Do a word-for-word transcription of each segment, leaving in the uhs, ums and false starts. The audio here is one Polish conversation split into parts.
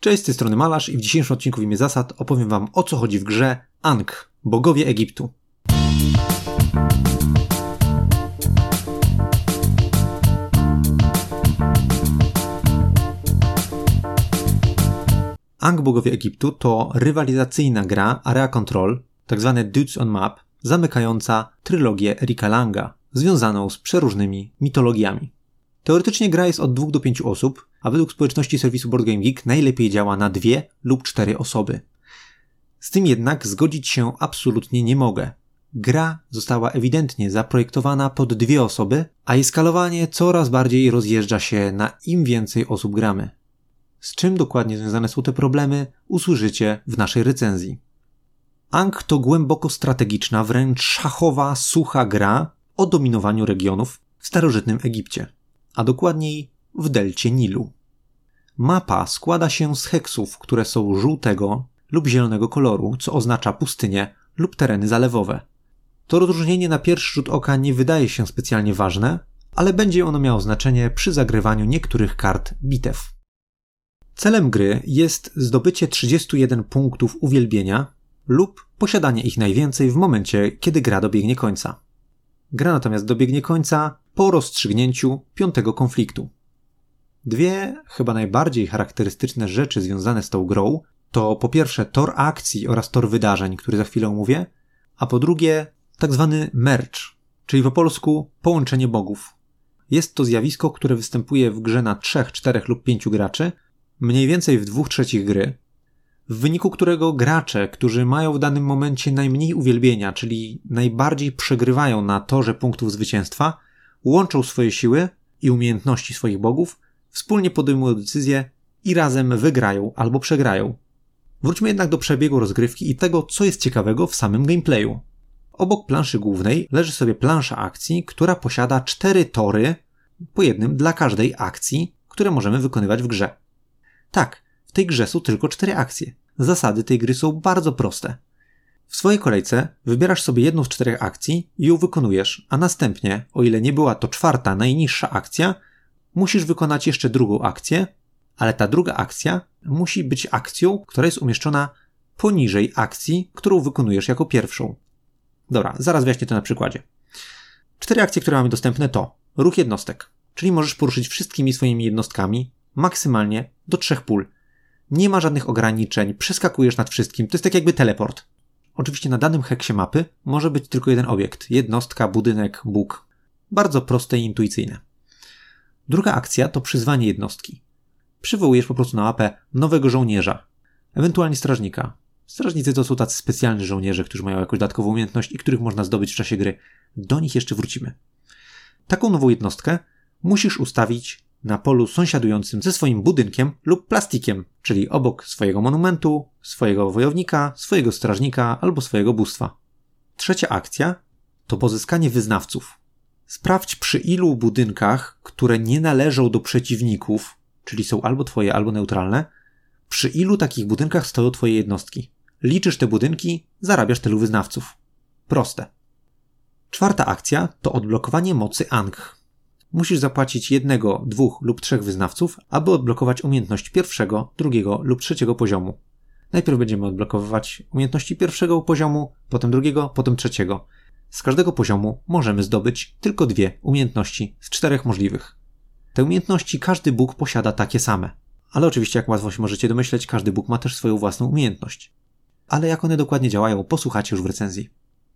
Cześć, z tej strony Malarz i w dzisiejszym odcinku w imię zasad opowiem wam, o co chodzi w grze Ankh, bogowie Egiptu. Ankh, bogowie Egiptu to rywalizacyjna gra Area Control, tzw. Dudes on Map, zamykająca trylogię Erika Langa, związaną z przeróżnymi mitologiami. Teoretycznie gra jest od dwóch do pięciu osób, a według społeczności serwisu Board Game Geek najlepiej działa na dwie lub cztery osoby. Z tym jednak zgodzić się absolutnie nie mogę. Gra została ewidentnie zaprojektowana pod dwie osoby, a jej skalowanie coraz bardziej rozjeżdża się na im więcej osób gramy. Z czym dokładnie związane są te problemy, usłyszycie w naszej recenzji. Ankh to głęboko strategiczna, wręcz szachowa, sucha gra o dominowaniu regionów w starożytnym Egipcie, a dokładniej w delcie Nilu. Mapa składa się z heksów, które są żółtego lub zielonego koloru, co oznacza pustynie lub tereny zalewowe. To rozróżnienie na pierwszy rzut oka nie wydaje się specjalnie ważne, ale będzie ono miało znaczenie przy zagrywaniu niektórych kart bitew. Celem gry jest zdobycie trzydziestu jeden punktów uwielbienia lub posiadanie ich najwięcej w momencie, kiedy gra dobiegnie końca. Gra natomiast dobiegnie końca po rozstrzygnięciu piątego konfliktu. Dwie chyba najbardziej charakterystyczne rzeczy związane z tą grą to po pierwsze tor akcji oraz tor wydarzeń, który za chwilę omówię, a po drugie tak zwany merge, czyli po polsku połączenie bogów. Jest to zjawisko, które występuje w grze na trzech, czterech lub pięciu graczy, mniej więcej w dwóch trzecich gry, w wyniku którego gracze, którzy mają w danym momencie najmniej uwielbienia, czyli najbardziej przegrywają na torze punktów zwycięstwa, łączą swoje siły i umiejętności swoich bogów, wspólnie podejmują decyzje i razem wygrają albo przegrają. Wróćmy jednak do przebiegu rozgrywki i tego, co jest ciekawego w samym gameplayu. Obok planszy głównej leży sobie plansza akcji, która posiada cztery tory, po jednym dla każdej akcji, które możemy wykonywać w grze. Tak, w tej grze są tylko cztery akcje. Zasady tej gry są bardzo proste. W swojej kolejce wybierasz sobie jedną z czterech akcji i ją wykonujesz, a następnie, o ile nie była to czwarta, najniższa akcja, musisz wykonać jeszcze drugą akcję, ale ta druga akcja musi być akcją, która jest umieszczona poniżej akcji, którą wykonujesz jako pierwszą. Dobra, zaraz wyjaśnię to na przykładzie. Cztery akcje, które mamy dostępne to ruch jednostek, czyli możesz poruszyć wszystkimi swoimi jednostkami maksymalnie do trzech pól. Nie ma żadnych ograniczeń, przeskakujesz nad wszystkim, to jest tak jakby teleport. Oczywiście na danym heksie mapy może być tylko jeden obiekt, jednostka, budynek, bóg. Bardzo proste i intuicyjne. Druga akcja to przyzwanie jednostki. Przywołujesz po prostu na mapę nowego żołnierza, ewentualnie strażnika. Strażnicy to są tacy specjalni żołnierze, którzy mają jakąś dodatkową umiejętność i których można zdobyć w czasie gry. Do nich jeszcze wrócimy. Taką nową jednostkę musisz ustawić na polu sąsiadującym ze swoim budynkiem lub plastikiem, czyli obok swojego monumentu, swojego wojownika, swojego strażnika albo swojego bóstwa. Trzecia akcja to pozyskanie wyznawców. Sprawdź, przy ilu budynkach, które nie należą do przeciwników, czyli są albo twoje, albo neutralne, przy ilu takich budynkach stoją twoje jednostki. Liczysz te budynki, zarabiasz tylu wyznawców. Proste. Czwarta akcja to odblokowanie mocy Ankh. Musisz zapłacić jednego, dwóch lub trzech wyznawców, aby odblokować umiejętność pierwszego, drugiego lub trzeciego poziomu. Najpierw będziemy odblokowywać umiejętności pierwszego poziomu, potem drugiego, potem trzeciego. Z każdego poziomu możemy zdobyć tylko dwie umiejętności z czterech możliwych. Te umiejętności każdy bóg posiada takie same. Ale oczywiście, jak łatwo się możecie domyśleć, każdy bóg ma też swoją własną umiejętność. Ale jak one dokładnie działają, posłuchacie już w recenzji.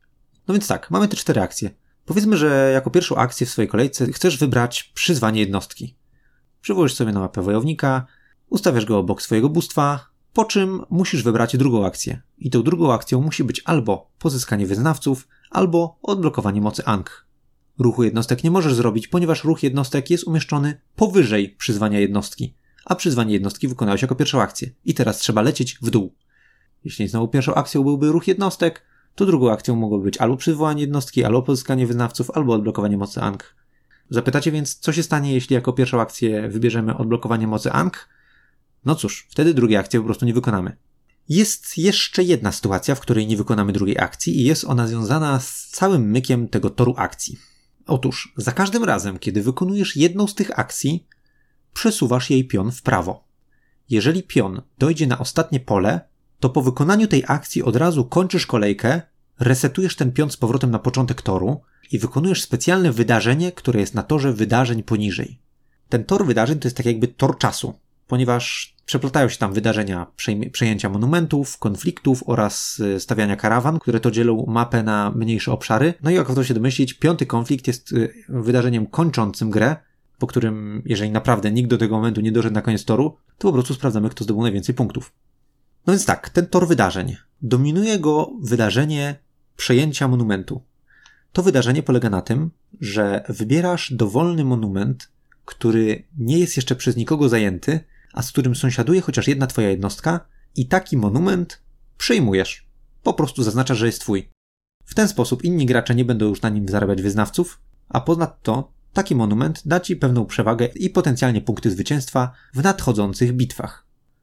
No więc tak, mamy te cztery akcje. Powiedzmy, że jako pierwszą akcję w swojej kolejce chcesz wybrać przyzwanie jednostki. Przywołujesz sobie na mapę wojownika, ustawiasz go obok swojego bóstwa, po czym musisz wybrać drugą akcję. I tą drugą akcją musi być albo pozyskanie wyznawców, albo odblokowanie mocy Ankh. Ruchu jednostek nie możesz zrobić, ponieważ ruch jednostek jest umieszczony powyżej przyzwania jednostki, a przyzwanie jednostki wykonałeś jako pierwszą akcję. I teraz trzeba lecieć w dół. Jeśli znowu pierwszą akcją byłby ruch jednostek, to drugą akcją mogło być albo przywołanie jednostki, albo pozyskanie wyznawców, albo odblokowanie mocy Ankh. Zapytacie więc, co się stanie, jeśli jako pierwszą akcję wybierzemy odblokowanie mocy Ankh? No cóż, wtedy drugiej akcji po prostu nie wykonamy. Jest jeszcze jedna sytuacja, w której nie wykonamy drugiej akcji i jest ona związana z całym mykiem tego toru akcji. Otóż, za każdym razem, kiedy wykonujesz jedną z tych akcji, przesuwasz jej pion w prawo. Jeżeli pion dojdzie na ostatnie pole, to po wykonaniu tej akcji od razu kończysz kolejkę, resetujesz ten pion z powrotem na początek toru i wykonujesz specjalne wydarzenie, które jest na torze wydarzeń poniżej. Ten tor wydarzeń to jest tak jakby tor czasu, ponieważ przeplatają się tam wydarzenia przejęcia monumentów, konfliktów oraz stawiania karawan, które to dzielą mapę na mniejsze obszary. No i jak warto się domyślić, piąty konflikt jest wydarzeniem kończącym grę, po którym, jeżeli naprawdę nikt do tego momentu nie doszedł na koniec toru, to po prostu sprawdzamy, kto zdobył najwięcej punktów. No więc tak, ten tor wydarzeń. Dominuje go wydarzenie przejęcia monumentu. To wydarzenie polega na tym, że wybierasz dowolny monument, który nie jest jeszcze przez nikogo zajęty, a z którym sąsiaduje chociaż jedna twoja jednostka i taki monument przejmujesz. Po prostu zaznaczasz, że jest twój. W ten sposób inni gracze nie będą już na nim zarabiać wyznawców, a ponadto taki monument da ci pewną przewagę i potencjalnie punkty zwycięstwa w nadchodzących bitwach.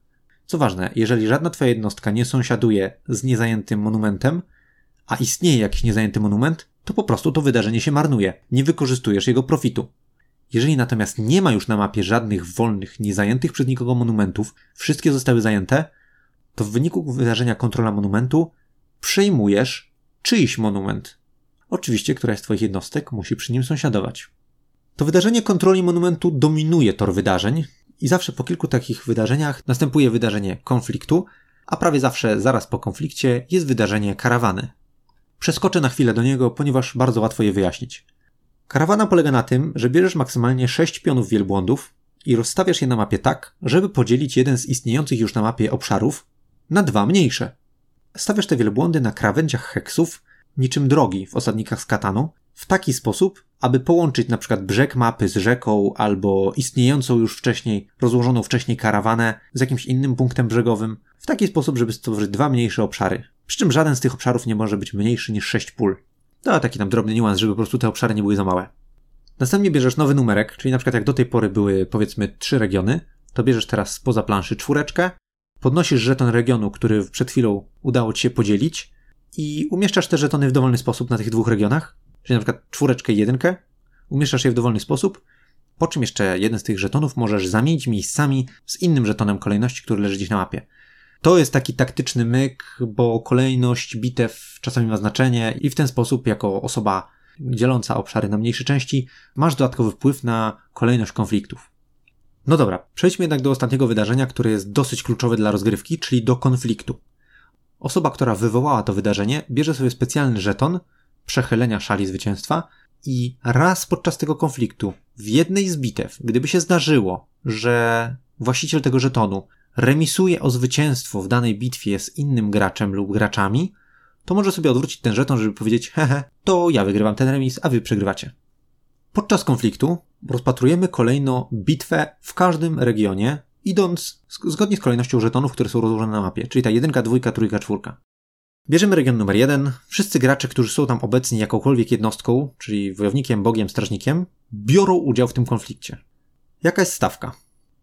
Co ważne, jeżeli żadna twoja jednostka nie sąsiaduje z niezajętym monumentem, a istnieje jakiś niezajęty monument, to po prostu to wydarzenie się marnuje. Nie wykorzystujesz jego profitu. Jeżeli natomiast nie ma już na mapie żadnych wolnych, niezajętych przez nikogo monumentów, wszystkie zostały zajęte, to w wyniku wydarzenia kontrola monumentu przejmujesz czyjś monument. Oczywiście któraś z twoich jednostek musi przy nim sąsiadować. To wydarzenie kontroli monumentu dominuje tor wydarzeń i zawsze po kilku takich wydarzeniach następuje wydarzenie konfliktu, a prawie zawsze zaraz po konflikcie jest wydarzenie karawany. Przeskoczę na chwilę do niego, ponieważ bardzo łatwo je wyjaśnić. Karawana polega na tym, że bierzesz maksymalnie sześć pionów wielbłądów i rozstawiasz je na mapie tak, żeby podzielić jeden z istniejących już na mapie obszarów na dwa mniejsze. Stawiasz te wielbłądy na krawędziach heksów, niczym drogi w osadnikach z Katanu, w taki sposób, aby połączyć na przykład brzeg mapy z rzeką albo istniejącą już wcześniej, rozłożoną wcześniej karawanę z jakimś innym punktem brzegowym, w taki sposób, żeby stworzyć dwa mniejsze obszary. Przy czym żaden z tych obszarów nie może być mniejszy niż sześć pól. To taki tam drobny niuans, żeby po prostu te obszary nie były za małe. Następnie bierzesz nowy numerek, czyli na przykład jak do tej pory były powiedzmy trzy regiony, to bierzesz teraz spoza planszy czwóreczkę, podnosisz żeton regionu, który przed chwilą udało ci się podzielić i umieszczasz te żetony w dowolny sposób na tych dwóch regionach, czyli na przykład czwóreczkę i jedynkę, umieszczasz je w dowolny sposób, po czym jeszcze jeden z tych żetonów możesz zamienić miejscami z innym żetonem kolejności, który leży gdzieś na mapie. To jest taki taktyczny myk, bo kolejność bitew czasami ma znaczenie i w ten sposób jako osoba dzieląca obszary na mniejsze części masz dodatkowy wpływ na kolejność konfliktów. No dobra, przejdźmy jednak do ostatniego wydarzenia, które jest dosyć kluczowe dla rozgrywki, czyli do konfliktu. Osoba, która wywołała to wydarzenie, bierze sobie specjalny żeton przechylenia szali zwycięstwa i raz podczas tego konfliktu w jednej z bitew, gdyby się zdarzyło, że właściciel tego żetonu remisuje o zwycięstwo w danej bitwie z innym graczem lub graczami, to może sobie odwrócić ten żeton, żeby powiedzieć hehe, to ja wygrywam ten remis, a wy przegrywacie. Podczas konfliktu rozpatrujemy kolejno bitwę w każdym regionie, idąc zgodnie z kolejnością żetonów, które są rozłożone na mapie, czyli ta jedynka, dwójka, trójka, czwórka. Bierzemy region numer jeden. Wszyscy gracze, którzy są tam obecni jakąkolwiek jednostką, czyli wojownikiem, bogiem, strażnikiem, biorą udział w tym konflikcie. Jaka jest stawka?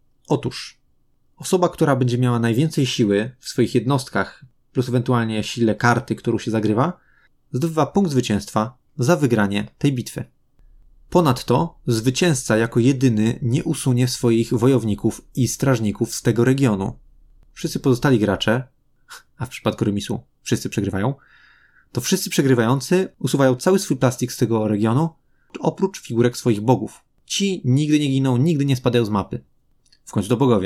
Otóż osoba, która będzie miała najwięcej siły w swoich jednostkach, plus ewentualnie sile karty, którą się zagrywa, zdobywa punkt zwycięstwa za wygranie tej bitwy. Ponadto zwycięzca jako jedyny nie usunie swoich wojowników i strażników z tego regionu. Wszyscy pozostali gracze, a w przypadku remisu wszyscy przegrywają, to wszyscy przegrywający usuwają cały swój plastik z tego regionu, oprócz figurek swoich bogów. Ci nigdy nie giną, nigdy nie spadają z mapy. W końcu to bogowie.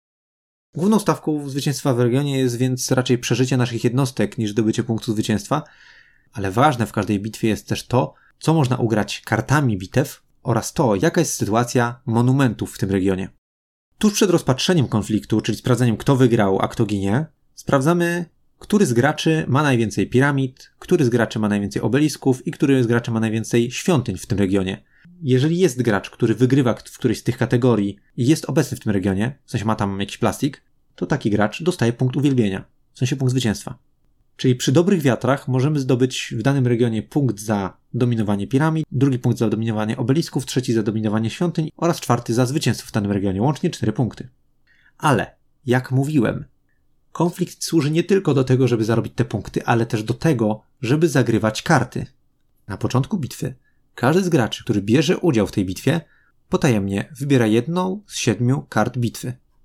Główną stawką zwycięstwa w regionie jest więc raczej przeżycie naszych jednostek niż zdobycie punktu zwycięstwa, ale ważne w każdej bitwie jest też to, co można ugrać kartami bitew oraz to, jaka jest sytuacja monumentów w tym regionie. Tuż przed rozpatrzeniem konfliktu, czyli sprawdzeniem, kto wygrał, a kto ginie, sprawdzamy, który z graczy ma najwięcej piramid, który z graczy ma najwięcej obelisków i który z graczy ma najwięcej świątyń w tym regionie. Jeżeli jest gracz, który wygrywa w którejś z tych kategorii i jest obecny w tym regionie, w sensie ma tam jakiś plastik, to taki gracz dostaje punkt uwielbienia, w sensie punkt zwycięstwa. Czyli przy dobrych wiatrach możemy zdobyć w danym regionie punkt za dominowanie piramid, drugi punkt za dominowanie obelisków, trzeci za dominowanie świątyń oraz czwarty za zwycięstwo w danym regionie, łącznie cztery punkty. Ale, jak mówiłem, konflikt służy nie tylko do tego, żeby zarobić te punkty, ale też do tego, żeby zagrywać karty. Na początku bitwy każdy z graczy, który bierze udział w tej bitwie, potajemnie wybiera jedną z siedmiu kart bitwy.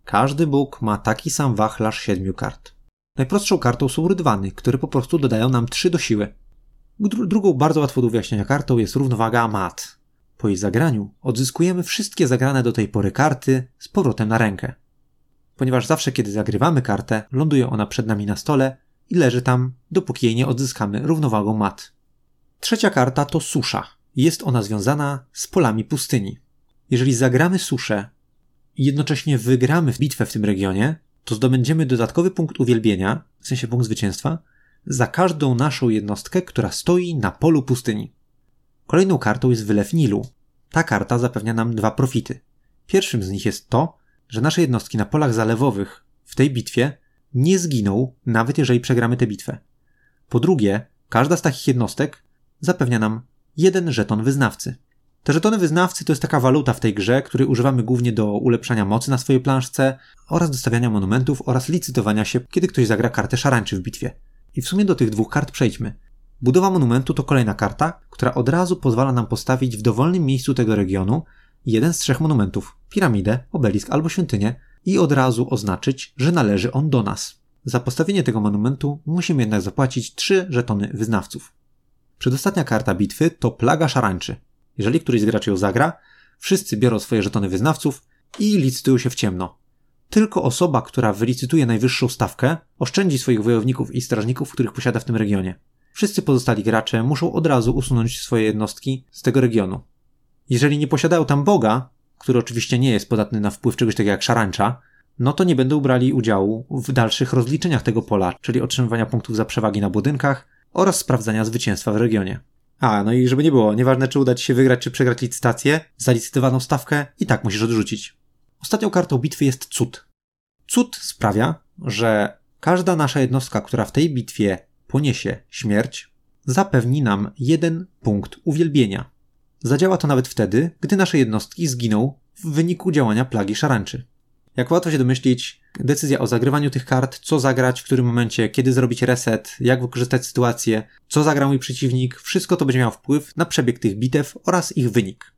Każdy Bóg ma taki sam wachlarz siedmiu kart. Najprostszą kartą są rydwany, które po prostu dodają nam trzy do siły. Dru- drugą bardzo łatwą do wyjaśnienia kartą jest równowaga mat. Po jej zagraniu odzyskujemy wszystkie zagrane do tej pory karty z powrotem na rękę. Ponieważ zawsze kiedy zagrywamy kartę, ląduje ona przed nami na stole i leży tam, dopóki jej nie odzyskamy równowagą mat. Trzecia karta to susza. Jest ona związana z polami pustyni. Jeżeli zagramy suszę i jednocześnie wygramy w bitwę w tym regionie, to zdobędziemy dodatkowy punkt uwielbienia, w sensie punkt zwycięstwa, za każdą naszą jednostkę, która stoi na polu pustyni. Kolejną kartą jest wylew Nilu. Ta karta zapewnia nam dwa profity. Pierwszym z nich jest to, że nasze jednostki na polach zalewowych w tej bitwie nie zginą, nawet jeżeli przegramy tę bitwę. Po drugie, każda z takich jednostek zapewnia nam jeden żeton wyznawcy. Te żetony wyznawcy to jest taka waluta w tej grze, której używamy głównie do ulepszania mocy na swojej planszce oraz do stawiania monumentów oraz licytowania się, kiedy ktoś zagra kartę szarańczy w bitwie. I w sumie do tych dwóch kart przejdźmy. Budowa monumentu to kolejna karta, która od razu pozwala nam postawić w dowolnym miejscu tego regionu jeden z trzech monumentów, piramidę, obelisk albo świątynię i od razu oznaczyć, że należy on do nas. Za postawienie tego monumentu musimy jednak zapłacić trzy żetony wyznawców. Przedostatnia karta bitwy to plaga szarańczy. Jeżeli któryś z graczy ją zagra, wszyscy biorą swoje żetony wyznawców i licytują się w ciemno. Tylko osoba, która wylicytuje najwyższą stawkę, oszczędzi swoich wojowników i strażników, których posiada w tym regionie. Wszyscy pozostali gracze muszą od razu usunąć swoje jednostki z tego regionu. Jeżeli nie posiadają tam boga, który oczywiście nie jest podatny na wpływ czegoś takiego jak szarańcza, no to nie będą brali udziału w dalszych rozliczeniach tego pola, czyli otrzymywania punktów za przewagi na budynkach oraz sprawdzania zwycięstwa w regionie. A, no i żeby nie było, nieważne czy uda ci się wygrać czy przegrać licytację, za licytowaną stawkę i tak musisz odrzucić. Ostatnią kartą bitwy jest cud. Cud sprawia, że każda nasza jednostka, która w tej bitwie poniesie śmierć, zapewni nam jeden punkt uwielbienia. Zadziała to nawet wtedy, gdy nasze jednostki zginą w wyniku działania plagi szarańczy. Jak łatwo się domyślić, decyzja o zagrywaniu tych kart, co zagrać, w którym momencie, kiedy zrobić reset, jak wykorzystać sytuację, co zagra mój przeciwnik, wszystko to będzie miało wpływ na przebieg tych bitew oraz ich wynik.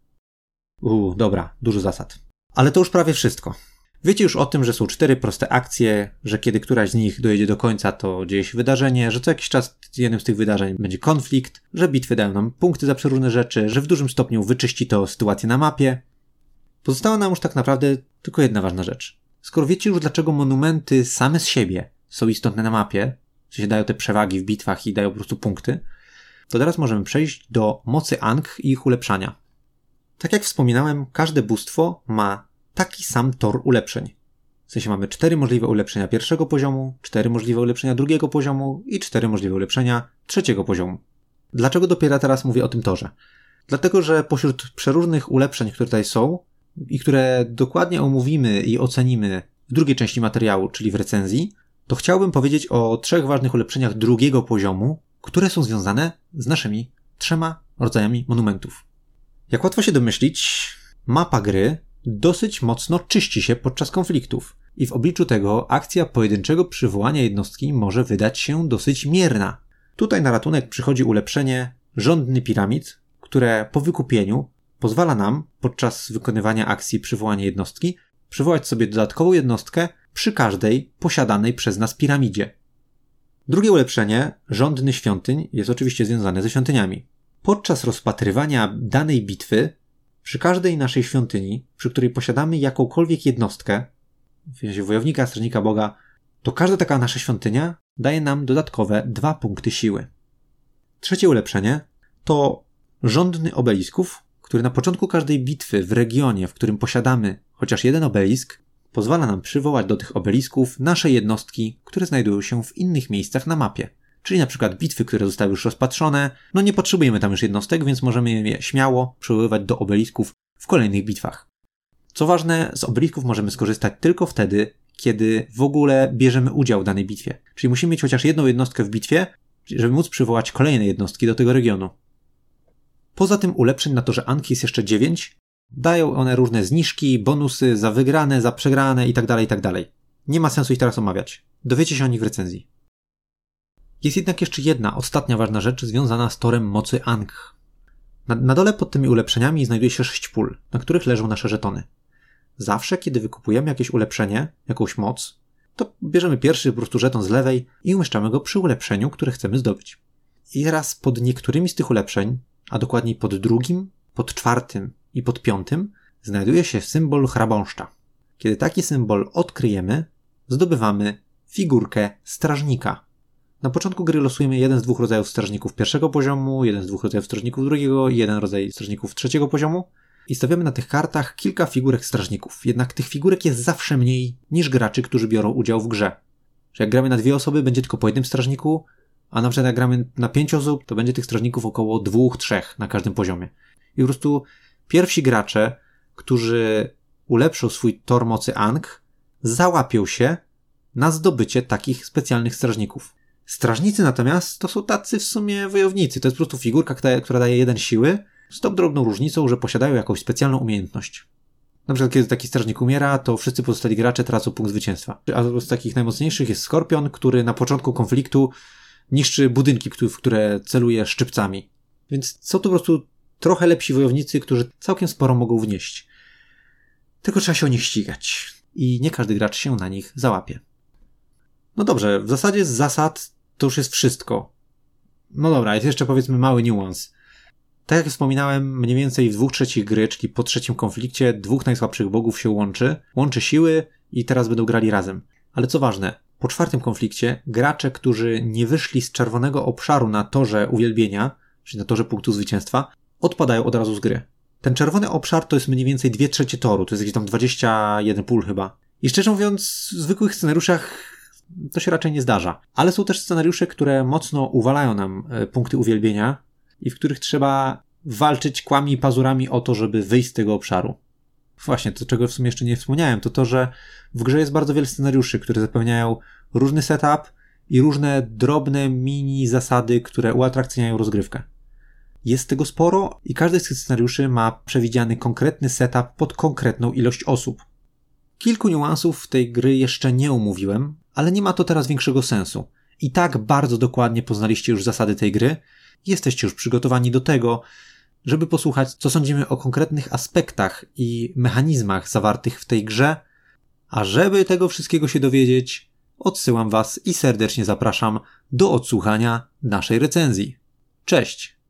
Uuu, dobra, dużo zasad. Ale to już prawie wszystko. Wiecie już o tym, że są cztery proste akcje, że kiedy któraś z nich dojedzie do końca, to dzieje się wydarzenie, że co jakiś czas jednym z tych wydarzeń będzie konflikt, że bitwy dają nam punkty za przeróżne rzeczy, że w dużym stopniu wyczyści to sytuację na mapie. Pozostała nam już tak naprawdę tylko jedna ważna rzecz. Skoro wiecie już, dlaczego monumenty same z siebie są istotne na mapie, w sensie dają te przewagi w bitwach i dają po prostu punkty, to teraz możemy przejść do mocy Ankh i ich ulepszania. Tak jak wspominałem, każde bóstwo ma taki sam tor ulepszeń. W sensie mamy cztery możliwe ulepszenia pierwszego poziomu, cztery możliwe ulepszenia drugiego poziomu i cztery możliwe ulepszenia trzeciego poziomu. Dlaczego dopiero teraz mówię o tym torze? Dlatego, że pośród przeróżnych ulepszeń, które tutaj są i które dokładnie omówimy i ocenimy w drugiej części materiału, czyli w recenzji, to chciałbym powiedzieć o trzech ważnych ulepszeniach drugiego poziomu, które są związane z naszymi trzema rodzajami monumentów. Jak łatwo się domyślić, mapa gry dosyć mocno czyści się podczas konfliktów i w obliczu tego akcja pojedynczego przywołania jednostki może wydać się dosyć mierna. Tutaj na ratunek przychodzi ulepszenie Żądny Piramid, które po wykupieniu pozwala nam podczas wykonywania akcji przywołania jednostki przywołać sobie dodatkową jednostkę przy każdej posiadanej przez nas piramidzie. Drugie ulepszenie, Żądny Świątyń, jest oczywiście związane ze świątyniami. Podczas rozpatrywania danej bitwy przy każdej naszej świątyni, przy której posiadamy jakąkolwiek jednostkę, w sensie wojownika, strażnika, boga, to każda taka nasza świątynia daje nam dodatkowe dwa punkty siły. Trzecie ulepszenie to Żądny Obelisków, który na początku każdej bitwy w regionie, w którym posiadamy chociaż jeden obelisk, pozwala nam przywołać do tych obelisków nasze jednostki, które znajdują się w innych miejscach na mapie. Czyli na przykład bitwy, które zostały już rozpatrzone, no nie potrzebujemy tam już jednostek, więc możemy je śmiało przywoływać do obelisków w kolejnych bitwach. Co ważne, z obelisków możemy skorzystać tylko wtedy, kiedy w ogóle bierzemy udział w danej bitwie. Czyli musimy mieć chociaż jedną jednostkę w bitwie, żeby móc przywołać kolejne jednostki do tego regionu. Poza tym ulepszeń na torze Ankh jest jeszcze dziewięć. Dają one różne zniżki, bonusy za wygrane, za przegrane itd., itd. Nie ma sensu ich teraz omawiać. Dowiecie się o nich w recenzji. Jest jednak jeszcze jedna, ostatnia ważna rzecz związana z torem mocy Ankh. Na, na dole pod tymi ulepszeniami znajduje się sześć pól, na których leżą nasze żetony. zawsze, kiedy wykupujemy jakieś ulepszenie, jakąś moc, to bierzemy pierwszy po prostu żeton z lewej i umieszczamy go przy ulepszeniu, które chcemy zdobyć. I teraz pod niektórymi z tych ulepszeń, a dokładniej pod drugim, pod czwartym i pod piątym, znajduje się symbol chrabąszcza. Kiedy taki symbol odkryjemy, zdobywamy figurkę strażnika. Na początku gry losujemy jeden z dwóch rodzajów strażników pierwszego poziomu, jeden z dwóch rodzajów strażników drugiego i jeden rodzaj strażników trzeciego poziomu i stawiamy na tych kartach kilka figurek strażników. Jednak tych figurek jest zawsze mniej niż graczy, którzy biorą udział w grze. Że jak gramy na dwie osoby, będzie tylko po jednym strażniku, a na przykład jak gramy na pięć osób, to będzie tych strażników około dwóch, trzech na każdym poziomie. I po prostu pierwsi gracze, którzy ulepszą swój tor mocy Ankh, załapią się na zdobycie takich specjalnych strażników. Strażnicy natomiast to są tacy w sumie wojownicy. To jest po prostu figurka, która daje jeden siły, z tą drobną różnicą, że posiadają jakąś specjalną umiejętność. Na przykład kiedy taki strażnik umiera, to wszyscy pozostali gracze tracą punkt zwycięstwa. A z takich najmocniejszych jest Skorpion, który na początku konfliktu niszczy budynki, w które celuje szczypcami. Więc są to po prostu trochę lepsi wojownicy, którzy całkiem sporo mogą wnieść. Tylko trzeba się o nich ścigać. I nie każdy gracz się na nich załapie. No dobrze, w zasadzie z zasad to już jest wszystko. No dobra, jest jeszcze powiedzmy mały niuans. Tak jak wspominałem, mniej więcej w dwóch trzecich gry, czyli po trzecim konflikcie, dwóch najsłabszych bogów się łączy, łączy siły i teraz będą grali razem. Ale co ważne, po czwartym konflikcie gracze, którzy nie wyszli z czerwonego obszaru na torze uwielbienia, czyli na torze punktu zwycięstwa, odpadają od razu z gry. Ten czerwony obszar to jest mniej więcej dwie trzecie toru, to jest jakieś tam dwadzieścia jeden pól chyba. I szczerze mówiąc, w zwykłych scenariuszach to się raczej nie zdarza. Ale są też scenariusze, które mocno uwalają nam punkty uwielbienia i w których trzeba walczyć kłami i pazurami o to, żeby wyjść z tego obszaru. Właśnie, to czego w sumie jeszcze nie wspomniałem, to to, że w grze jest bardzo wiele scenariuszy, które zapewniają różny setup i różne drobne mini zasady, które uatrakcyjniają rozgrywkę. Jest tego sporo i każdy z tych scenariuszy ma przewidziany konkretny setup pod konkretną ilość osób. Kilku niuansów tej gry jeszcze nie omówiłem, ale nie ma to teraz większego sensu. I tak bardzo dokładnie poznaliście już zasady tej gry, jesteście już przygotowani do tego, żeby posłuchać, co sądzimy o konkretnych aspektach i mechanizmach zawartych w tej grze, a żeby tego wszystkiego się dowiedzieć, odsyłam Was i serdecznie zapraszam do odsłuchania naszej recenzji. Cześć!